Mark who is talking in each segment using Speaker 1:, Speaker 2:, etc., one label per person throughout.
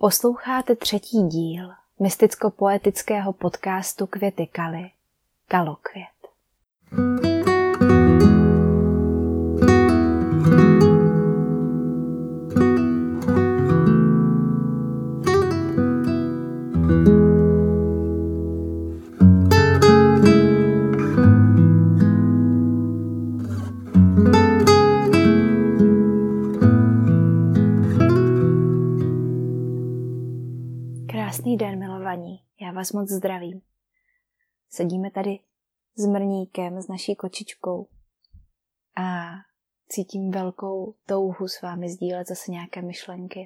Speaker 1: Posloucháte 3. díl mysticko-poetického podcastu Květy Kaly, Kalokvět. Krásný den, milovaní, já vás moc zdravím. Sedíme tady s Mrníkem, s naší kočičkou a cítím velkou touhu s vámi sdílet zase nějaké myšlenky.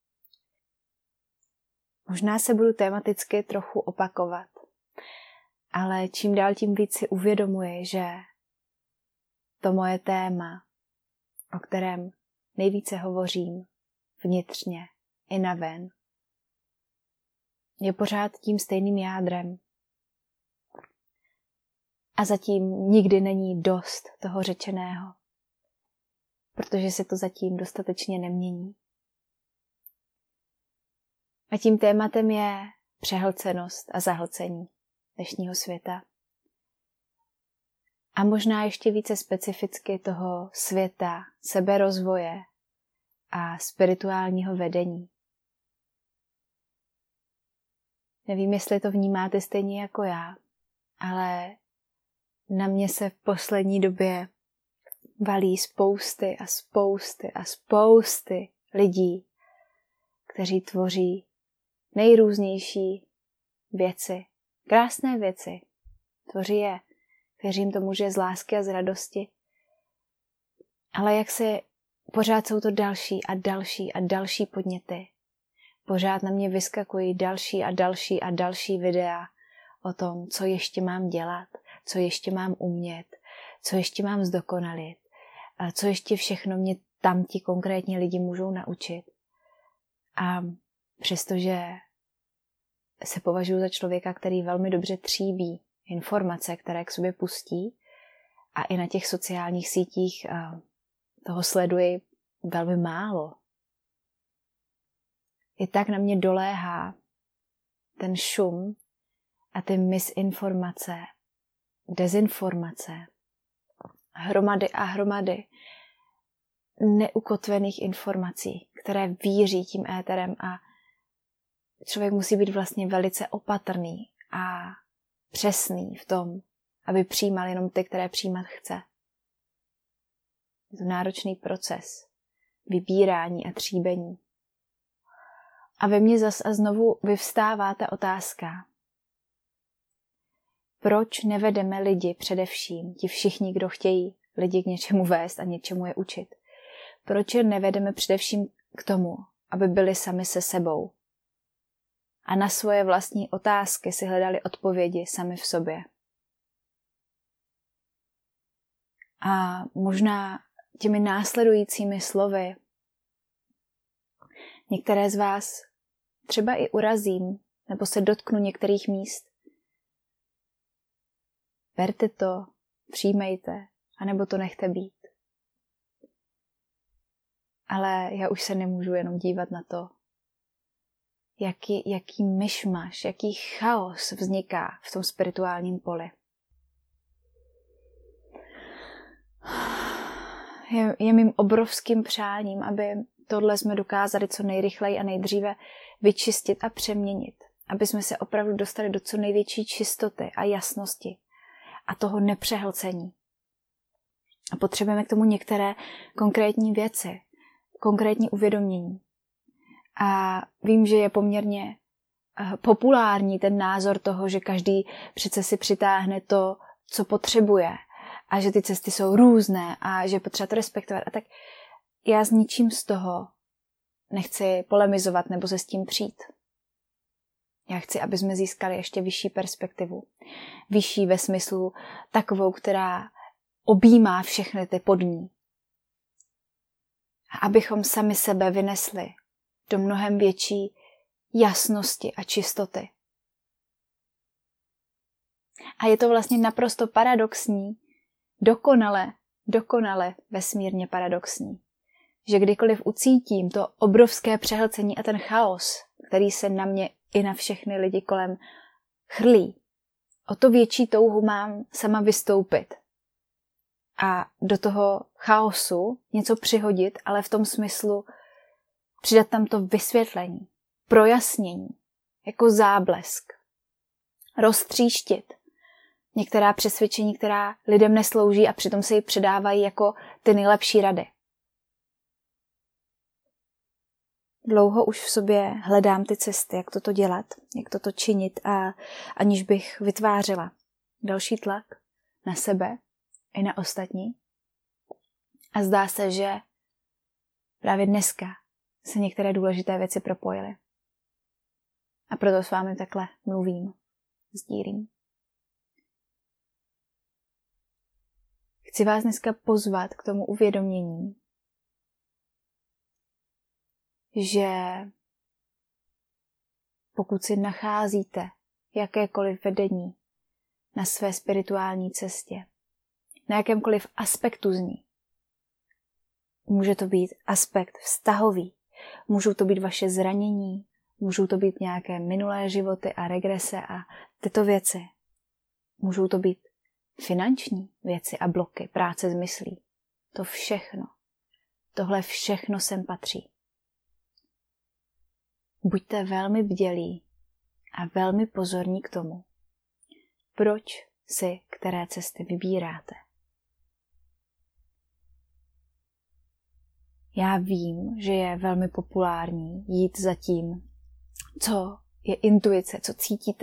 Speaker 1: Možná se budu tematicky trochu opakovat, ale čím dál tím víc si uvědomuji, že to moje téma, o kterém nejvíce hovořím vnitřně i naven, je pořád tím stejným jádrem. A zatím nikdy není dost toho řečeného, protože se to zatím dostatečně nemění. A tím tématem je přehlcenost a zahlcení dnešního světa. A možná ještě více specificky toho světa, seberozvoje a spirituálního vedení. Nevím, jestli to vnímáte stejně jako já, ale na mě se v poslední době valí spousty lidí, kteří tvoří nejrůznější věci, krásné věci. Tvoří je, věřím tomu, že z lásky a z radosti. Ale jak se pořád jsou to další podněty. Pořád na mě vyskakují další videa o tom, co ještě mám dělat, co ještě mám umět, co ještě mám zdokonalit, co ještě všechno mě tam ti konkrétní lidi můžou naučit. A přestože se považuji za člověka, který velmi dobře tříbí informace, které k sobě pustí, a i na těch sociálních sítích toho sleduji velmi málo, i tak na mě doléhá ten šum a ty misinformace, dezinformace, hromady neukotvených informací, které víří tím éterem a člověk musí být vlastně velice opatrný a přesný v tom, aby přijímal jenom ty, které přijímat chce. Je to náročný proces vybírání a tříbení. A ve mně zas a znovu vyvstává ta otázka. Proč nevedeme lidi především, ti všichni, kdo chtějí lidi k něčemu vést a něčemu je učit? Proč je nevedeme především k tomu, aby byli sami se sebou? A na svoje vlastní otázky si hledali odpovědi sami v sobě. A možná těmi následujícími slovy některé z vás třeba i urazím, nebo se dotknu některých míst. Berte to, přijmejte, anebo to nechte být. Ale já už se nemůžu jenom dívat na to, jaký myšmaš, jaký chaos vzniká v tom spirituálním poli. Je mým obrovským přáním, aby tohle jsme dokázali co nejrychleji a nejdříve vyčistit a přeměnit. Aby jsme se opravdu dostali do co největší čistoty a jasnosti a toho nepřehlcení. A potřebujeme k tomu některé konkrétní věci, konkrétní uvědomění. A vím, že je poměrně populární ten názor toho, že každý přece si přitáhne to, co potřebuje a že ty cesty jsou různé a že potřeba to respektovat. A tak já s ničím z toho nechci polemizovat nebo se s tím přijít. Já chci, aby jsme získali ještě vyšší perspektivu. Vyšší ve smyslu takovou, která objímá všechny ty podní. A abychom sami sebe vynesli do mnohem větší jasnosti a čistoty. A je to vlastně naprosto paradoxní, dokonale vesmírně paradoxní, že kdykoliv ucítím to obrovské přehlcení a ten chaos, který se na mě i na všechny lidi kolem chrlí, o to větší touhu mám sama vystoupit a do toho chaosu něco přihodit, ale v tom smyslu přidat tam to vysvětlení, projasnění, jako záblesk, roztříštit některá přesvědčení, která lidem neslouží a přitom se jí předávají jako ty nejlepší rady. Dlouho už v sobě hledám ty cesty, jak toto dělat, jak toto činit a aniž bych vytvářela další tlak na sebe i na ostatní. A zdá se, že právě dneska se některé důležité věci propojily. A proto s vámi takhle mluvím, sdílím. Chci vás dneska pozvat k tomu uvědomění, že pokud si nacházíte jakékoliv vedení na své spirituální cestě, na jakémkoliv aspektu z ní, může to být aspekt vztahový, můžou to být vaše zranění, můžou to být nějaké minulé životy a regrese a tyto věci. Můžou to být finanční věci a bloky, práce s myslí. To všechno. Tohle všechno sem patří. Buďte velmi bdělí a velmi pozorní k tomu, proč si které cesty vybíráte. Já vím, že je velmi populární jít za tím, co je intuice, co cítíte.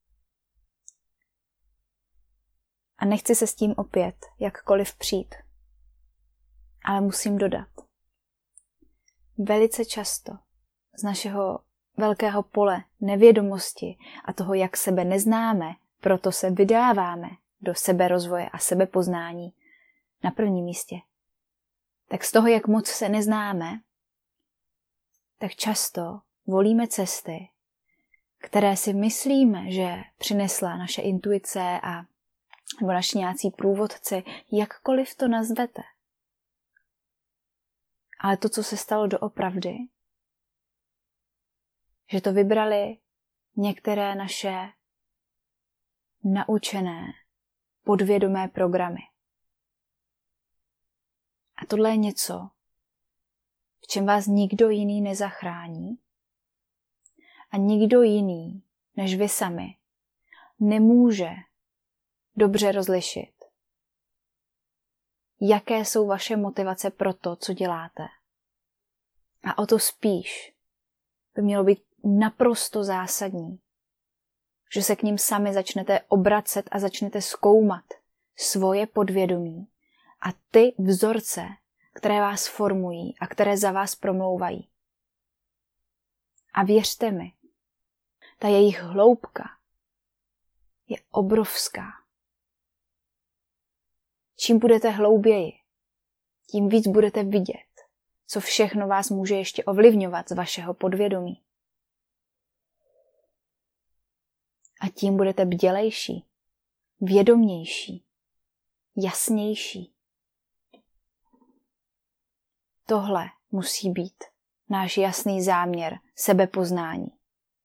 Speaker 1: A nechci se s tím opět jakkoliv přijít. Ale musím dodat. Velice často z našeho velkého pole nevědomosti a toho, jak sebe neznáme, proto se vydáváme do seberozvoje a sebepoznání na prvním místě. Tak z toho, jak moc se neznáme, tak často volíme cesty, které si myslíme, že přinesla naše intuice nebo naši nějací průvodci, jakkoliv to nazvete. Ale to, co se stalo doopravdy, že to vybrali některé naše naučené, podvědomé programy. A tohle je něco, v čem vás nikdo jiný nezachrání a nikdo jiný než vy sami nemůže dobře rozlišit, jaké jsou vaše motivace pro to, co děláte. A o to spíš by mělo být naprosto zásadní, že se k ním sami začnete obracet a začnete zkoumat svoje podvědomí a ty vzorce, které vás formují a které za vás promlouvají. A věřte mi, ta jejich hloubka je obrovská. Čím budete hlouběji, tím víc budete vidět, co všechno vás může ještě ovlivňovat z vašeho podvědomí. A tím budete bdělejší, vědomější, jasnější. Tohle musí být náš jasný záměr sebepoznání.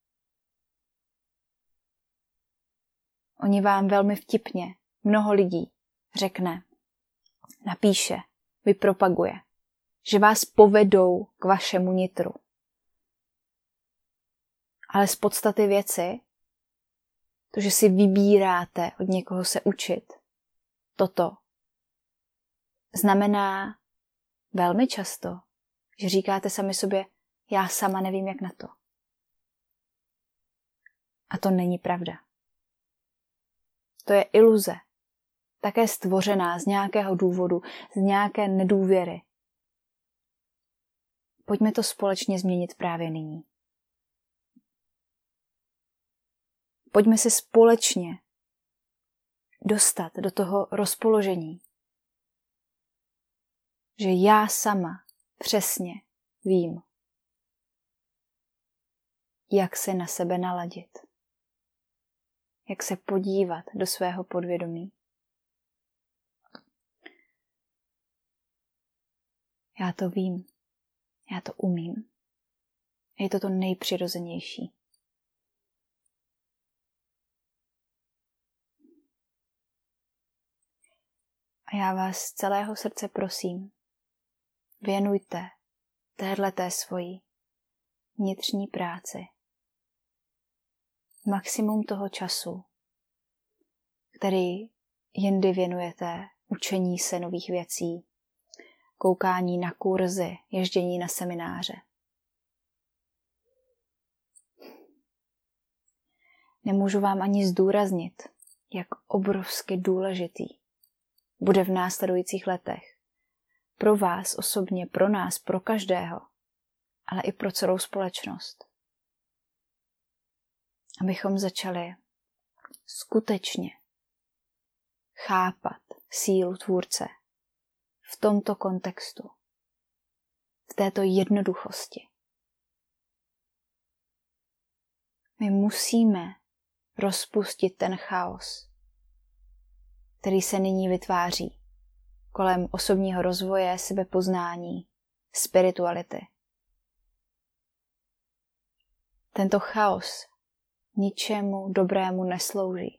Speaker 1: Oni vám velmi vtipně, mnoho lidí řekne, napíše, vypropaguje, že vás povedou k vašemu nitru. Ale z podstaty věci, to, že si vybíráte od někoho se učit, toto znamená velmi často, že říkáte sami sobě, já sama nevím, jak na to. A to není pravda. To je iluze, také stvořená z nějakého důvodu, z nějaké nedůvěry. Pojďme to společně změnit právě nyní. Pojďme se společně dostat do toho rozpoložení, že já sama přesně vím, jak se na sebe naladit, jak se podívat do svého podvědomí. Já to vím, já to umím Je to to nejpřirozenější. A já vás z celého srdce prosím, věnujte téhleté svojí vnitřní práci maximum toho času, který jindy věnujete učení se nových věcí, koukání na kurzy, ježdění na semináře. Nemůžu vám ani zdůraznit, jak obrovsky důležitý bude v následujících letech pro vás osobně, pro nás, pro každého, ale i pro celou společnost. Abychom začali skutečně chápat sílu Tvůrce v tomto kontextu, v této jednoduchosti. My musíme rozpustit ten chaos, který se nyní vytváří kolem osobního rozvoje, sebepoznání, spirituality. Tento chaos ničemu dobrému neslouží.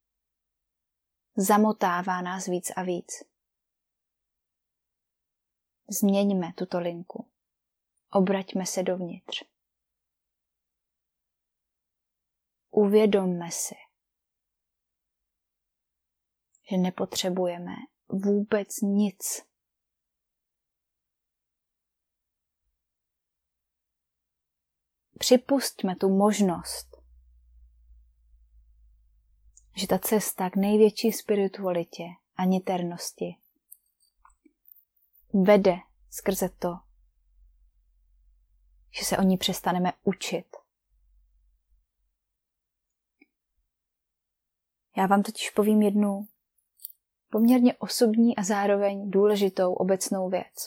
Speaker 1: Zamotává nás víc a víc. Změňme tuto linku. Obraťme se dovnitř. Uvědomme si, že nepotřebujeme vůbec nic. Připustme tu možnost, že ta cesta k největší spiritualitě a niternosti vede skrze to, že se o ní přestaneme učit. Já vám totiž povím jednu poměrně osobní a zároveň důležitou obecnou věc,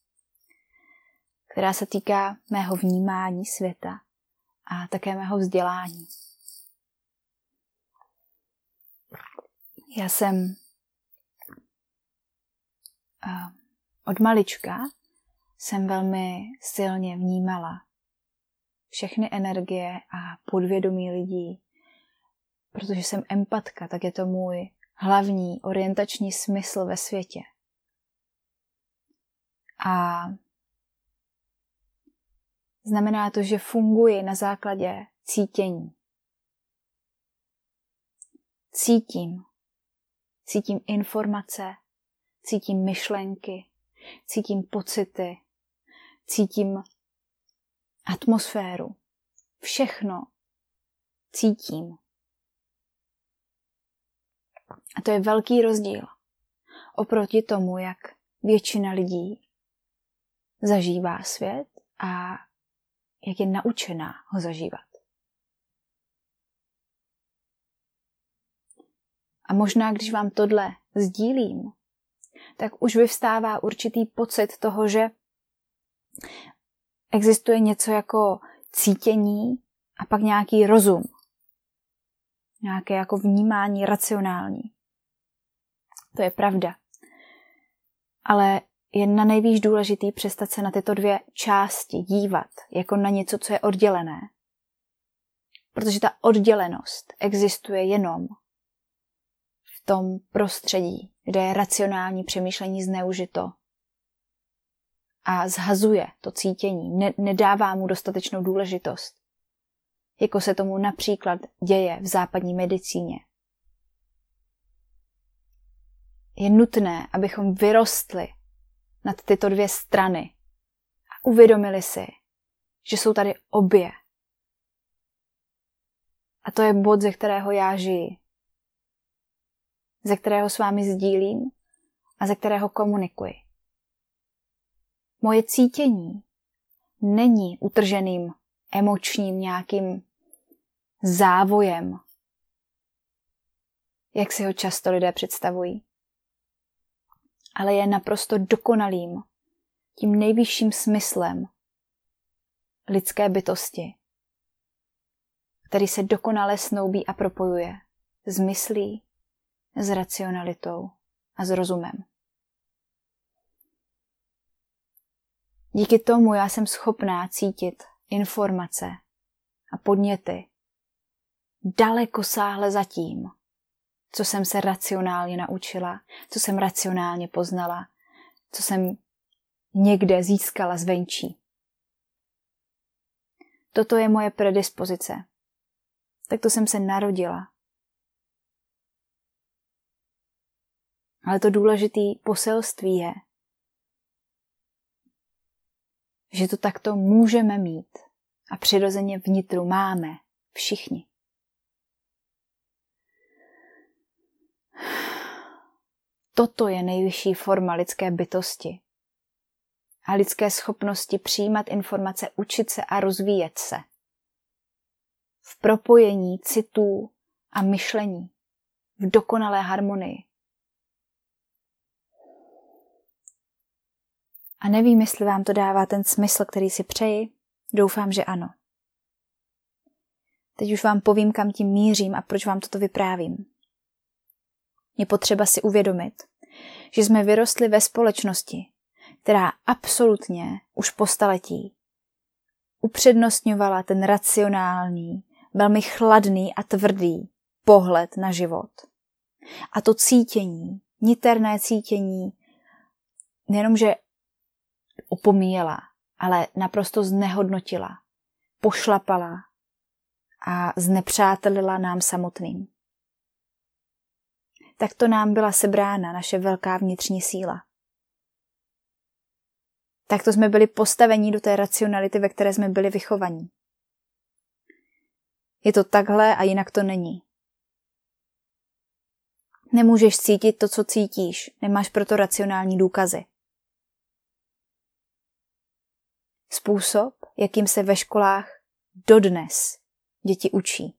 Speaker 1: která se týká mého vnímání světa a také mého vzdělání. Já jsem od malička velmi silně vnímala všechny energie a podvědomí lidí. Protože jsem empatka, tak je to můj hlavní orientační smysl ve světě. A znamená to, že funguji na základě cítění. Cítím informace, cítím myšlenky, cítím pocity, cítím atmosféru. Všechno cítím. A to je velký rozdíl oproti tomu, jak většina lidí zažívá svět a jak je naučená ho zažívat. A možná, když vám tohle sdílím, tak už vyvstává určitý pocit toho, že existuje něco jako cítění a pak nějaký rozum. Nějaké jako vnímání racionální. To je pravda. Ale je na nejvíc důležitý přestat se na tyto dvě části dívat jako na něco, co je oddělené. Protože ta oddělenost existuje jenom v tom prostředí, kde je racionální přemýšlení zneužito a zhazuje to cítění, nedává mu dostatečnou důležitost. Jako se tomu například děje v západní medicíně. Je nutné, abychom vyrostli nad tyto dvě strany a uvědomili si, že jsou tady obě. A to je bod, ze kterého já žiji. Ze kterého s vámi sdílím a ze kterého komunikuji. Moje cítění není utrženým emočním nějakým závojem, jak si ho často lidé představují. Ale je naprosto dokonalým, tím nejvyšším smyslem lidské bytosti, který se dokonale snoubí a propojuje s myslí, s racionalitou a s rozumem. Díky tomu já jsem schopná cítit informace a podněty daleko sáhle za tím, co jsem se racionálně naučila, co jsem racionálně poznala, co jsem někde získala zvenčí. Toto je moje predispozice. Takto jsem se narodila. Ale to důležité poselství je, že to takto můžeme mít a přirozeně vnitru máme všichni. Toto je nejvyšší forma lidské bytosti a lidské schopnosti přijímat informace, učit se a rozvíjet se. V propojení citů a myšlení, v dokonalé harmonii. A nevím, jestli vám to dává ten smysl, který si přeji. Doufám, že ano. Teď už vám povím, kam tím mířím a proč vám toto vyprávím. Je potřeba si uvědomit, že jsme vyrostli ve společnosti, která absolutně už po staletí upřednostňovala ten racionální, velmi chladný a tvrdý pohled na život. A to cítění, niterné cítění, nejenomže opomíjela, ale naprosto znehodnotila, pošlapala a znepřátelila nám samotným. Takto nám byla sebrána naše velká vnitřní síla. Takto jsme byli postaveni do té racionality, ve které jsme byli vychovaní. Je to takhle a jinak to není. Nemůžeš cítit to, co cítíš, nemáš proto racionální důkazy. Způsob, jakým se ve školách dodnes děti učí.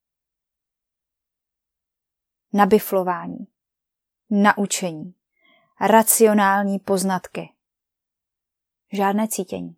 Speaker 1: Nabiflování, naučení, racionální poznatky. Žádné cítění.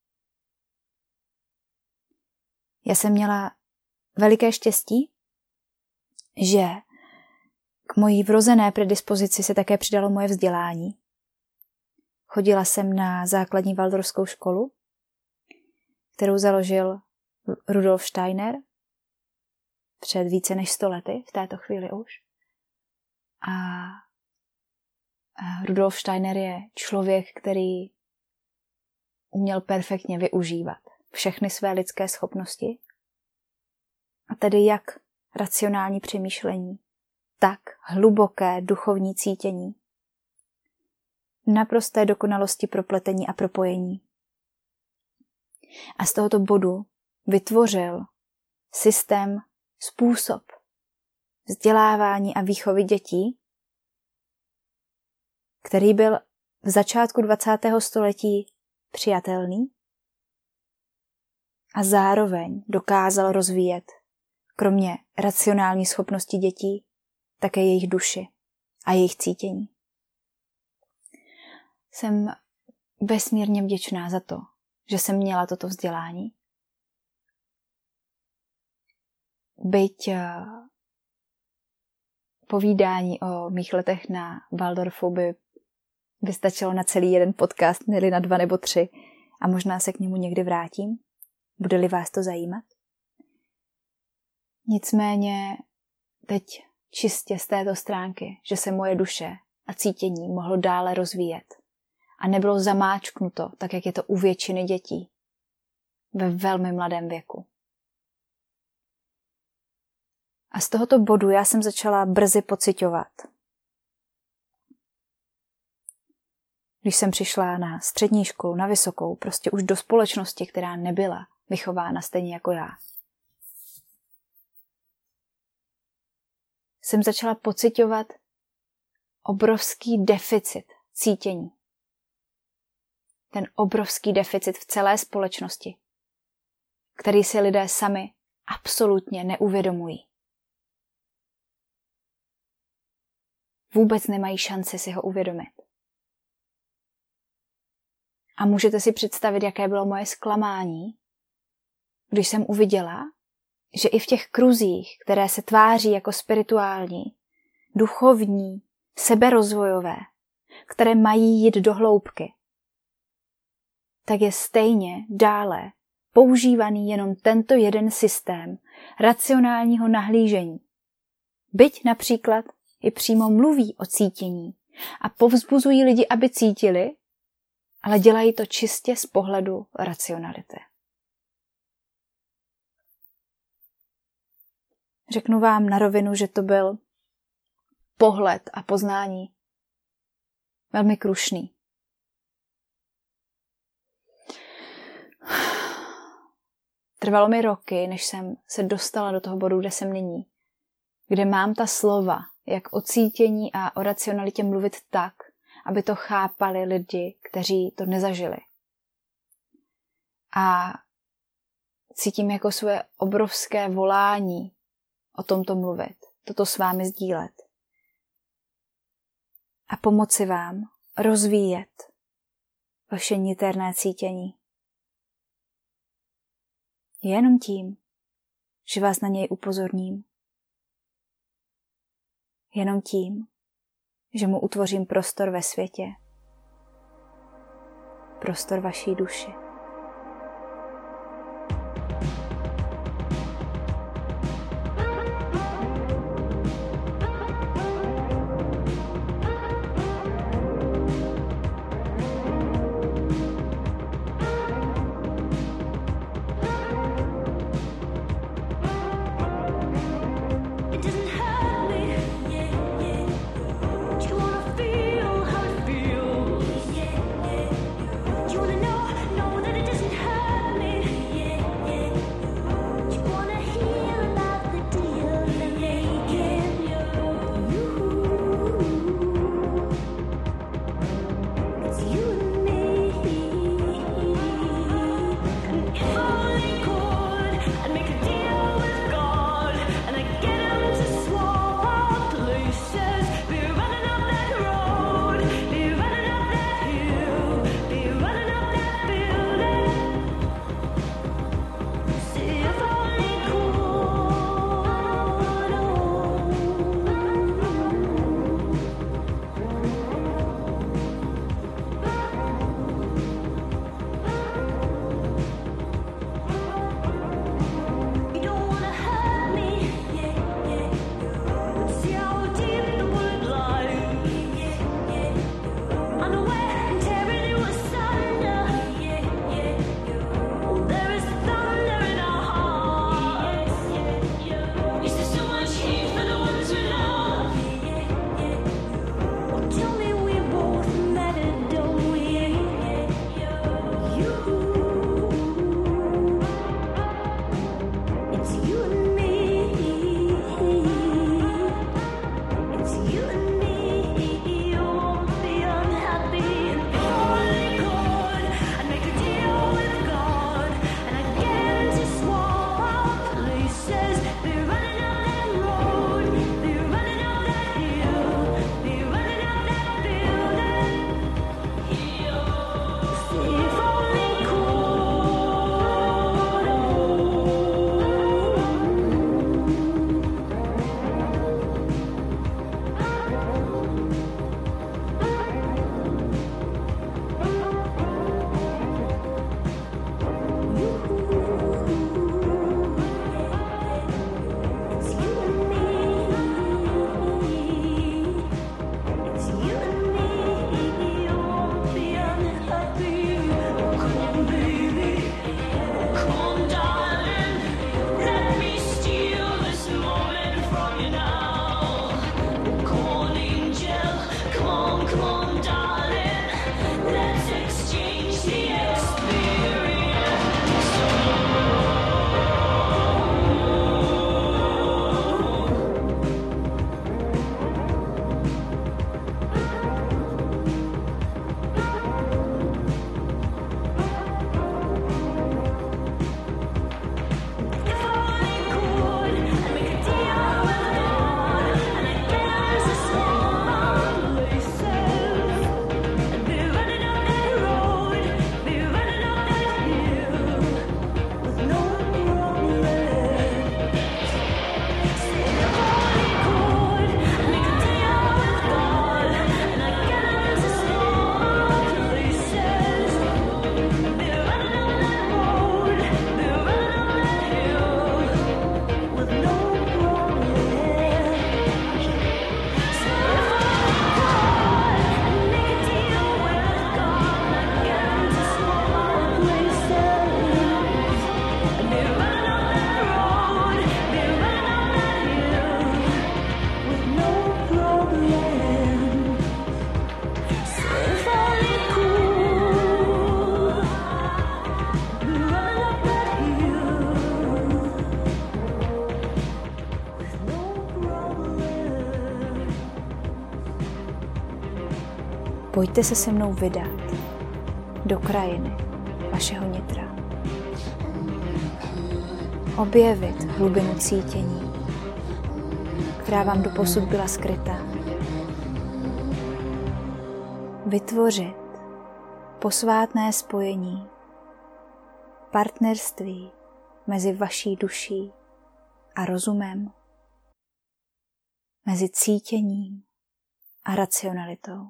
Speaker 1: Já jsem měla veliké štěstí, že k mojí vrozené predispozici se také přidalo moje vzdělání. Chodila jsem na základní waldorfskou školu, kterou založil Rudolf Steiner před více než 100 lety, v této chvíli už. A Rudolf Steiner je člověk, který uměl perfektně využívat všechny své lidské schopnosti, a tedy jak racionální přemýšlení, tak hluboké duchovní cítění, naprosté dokonalosti propletení a propojení. A z tohoto bodu vytvořil systém, způsob vzdělávání a výchovy dětí, který byl v začátku 20. století přijatelný a zároveň dokázal rozvíjet, kromě racionální schopnosti dětí, také jejich duši a jejich cítění. Jsem vesmírně vděčná za to, že jsem měla toto vzdělání. Byť povídání o mých letech na Waldorfu by vystačilo na celý jeden podcast, ne na 2 nebo 3, a možná se k němu někdy vrátím, bude-li vás to zajímat. Nicméně teď čistě z této stránky, že se moje duše a cítění mohlo dále rozvíjet a nebylo zamáčknuto, tak jak je to u většiny dětí ve velmi mladém věku. A z tohoto bodu já jsem začala brzy pociťovat. Když jsem přišla na střední školu, na vysokou, prostě už do společnosti, která nebyla vychována stejně jako já, jsem začala pociťovat obrovský deficit cítění. Ten obrovský deficit v celé společnosti, který si lidé sami absolutně neuvědomují. Vůbec nemají šanci si ho uvědomit. A můžete si představit, jaké bylo moje zklamání, když jsem uviděla, že i v těch kruzích, které se tváří jako spirituální, duchovní, seberozvojové, které mají jít do hloubky, tak je stejně dále používaný jenom tento jeden systém racionálního nahlížení. Byť například i přímo mluví o cítění a povzbuzují lidi, aby cítili, ale dělají to čistě z pohledu racionality. Řeknu vám na rovinu, že to byl pohled a poznání velmi krušný. Trvalo mi roky, než jsem se dostala do toho bodu, kde jsem nyní, kde mám ta slova, jak o cítění a o racionalitě mluvit tak, aby to chápali lidi, kteří to nezažili. A cítím jako své obrovské volání o tomto mluvit, toto s vámi sdílet. A pomoci vám rozvíjet vaše niterné cítění. Jenom tím, že vás na něj upozorním. Jenom tím, že mu utvořím prostor ve světě. Prostor vaší duši.
Speaker 2: You wanna know
Speaker 1: Pojďte se se mnou vydat do krajiny vašeho nitra. Objevit hlubinu cítění, která vám doposud byla skrytá. Vytvořit posvátné spojení, partnerství mezi vaší duší a rozumem, mezi cítěním a racionalitou.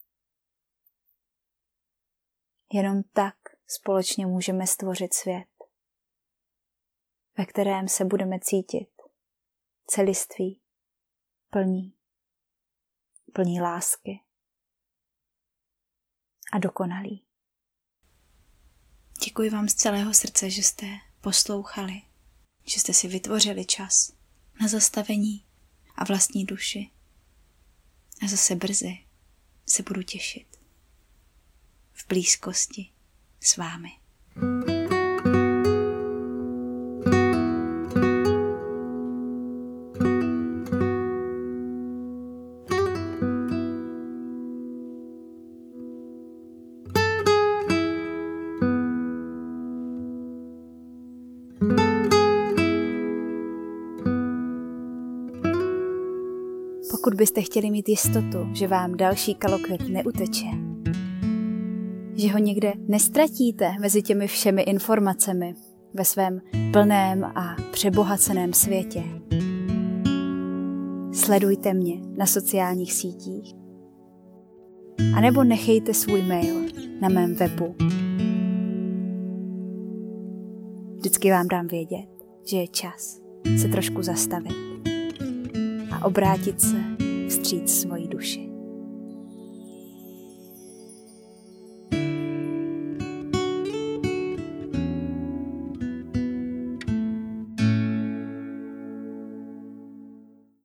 Speaker 1: Jenom tak společně můžeme stvořit svět, ve kterém se budeme cítit celiství, plní lásky a dokonalí. Děkuji vám z celého srdce, že jste poslouchali, že jste si vytvořili čas na zastavení a vlastní duši. A zase brzy se budu těšit v blízkosti s vámi. Pokud byste chtěli mít jistotu, že vám další kalokvět neuteče, že ho někde nestratíte mezi těmi všemi informacemi ve svém plném a přebohaceném světě, sledujte mě na sociálních sítích a nebo nechejte svůj mail na mém webu. Vždycky vám dám vědět, že je čas se trošku zastavit a obrátit se vstříc svojí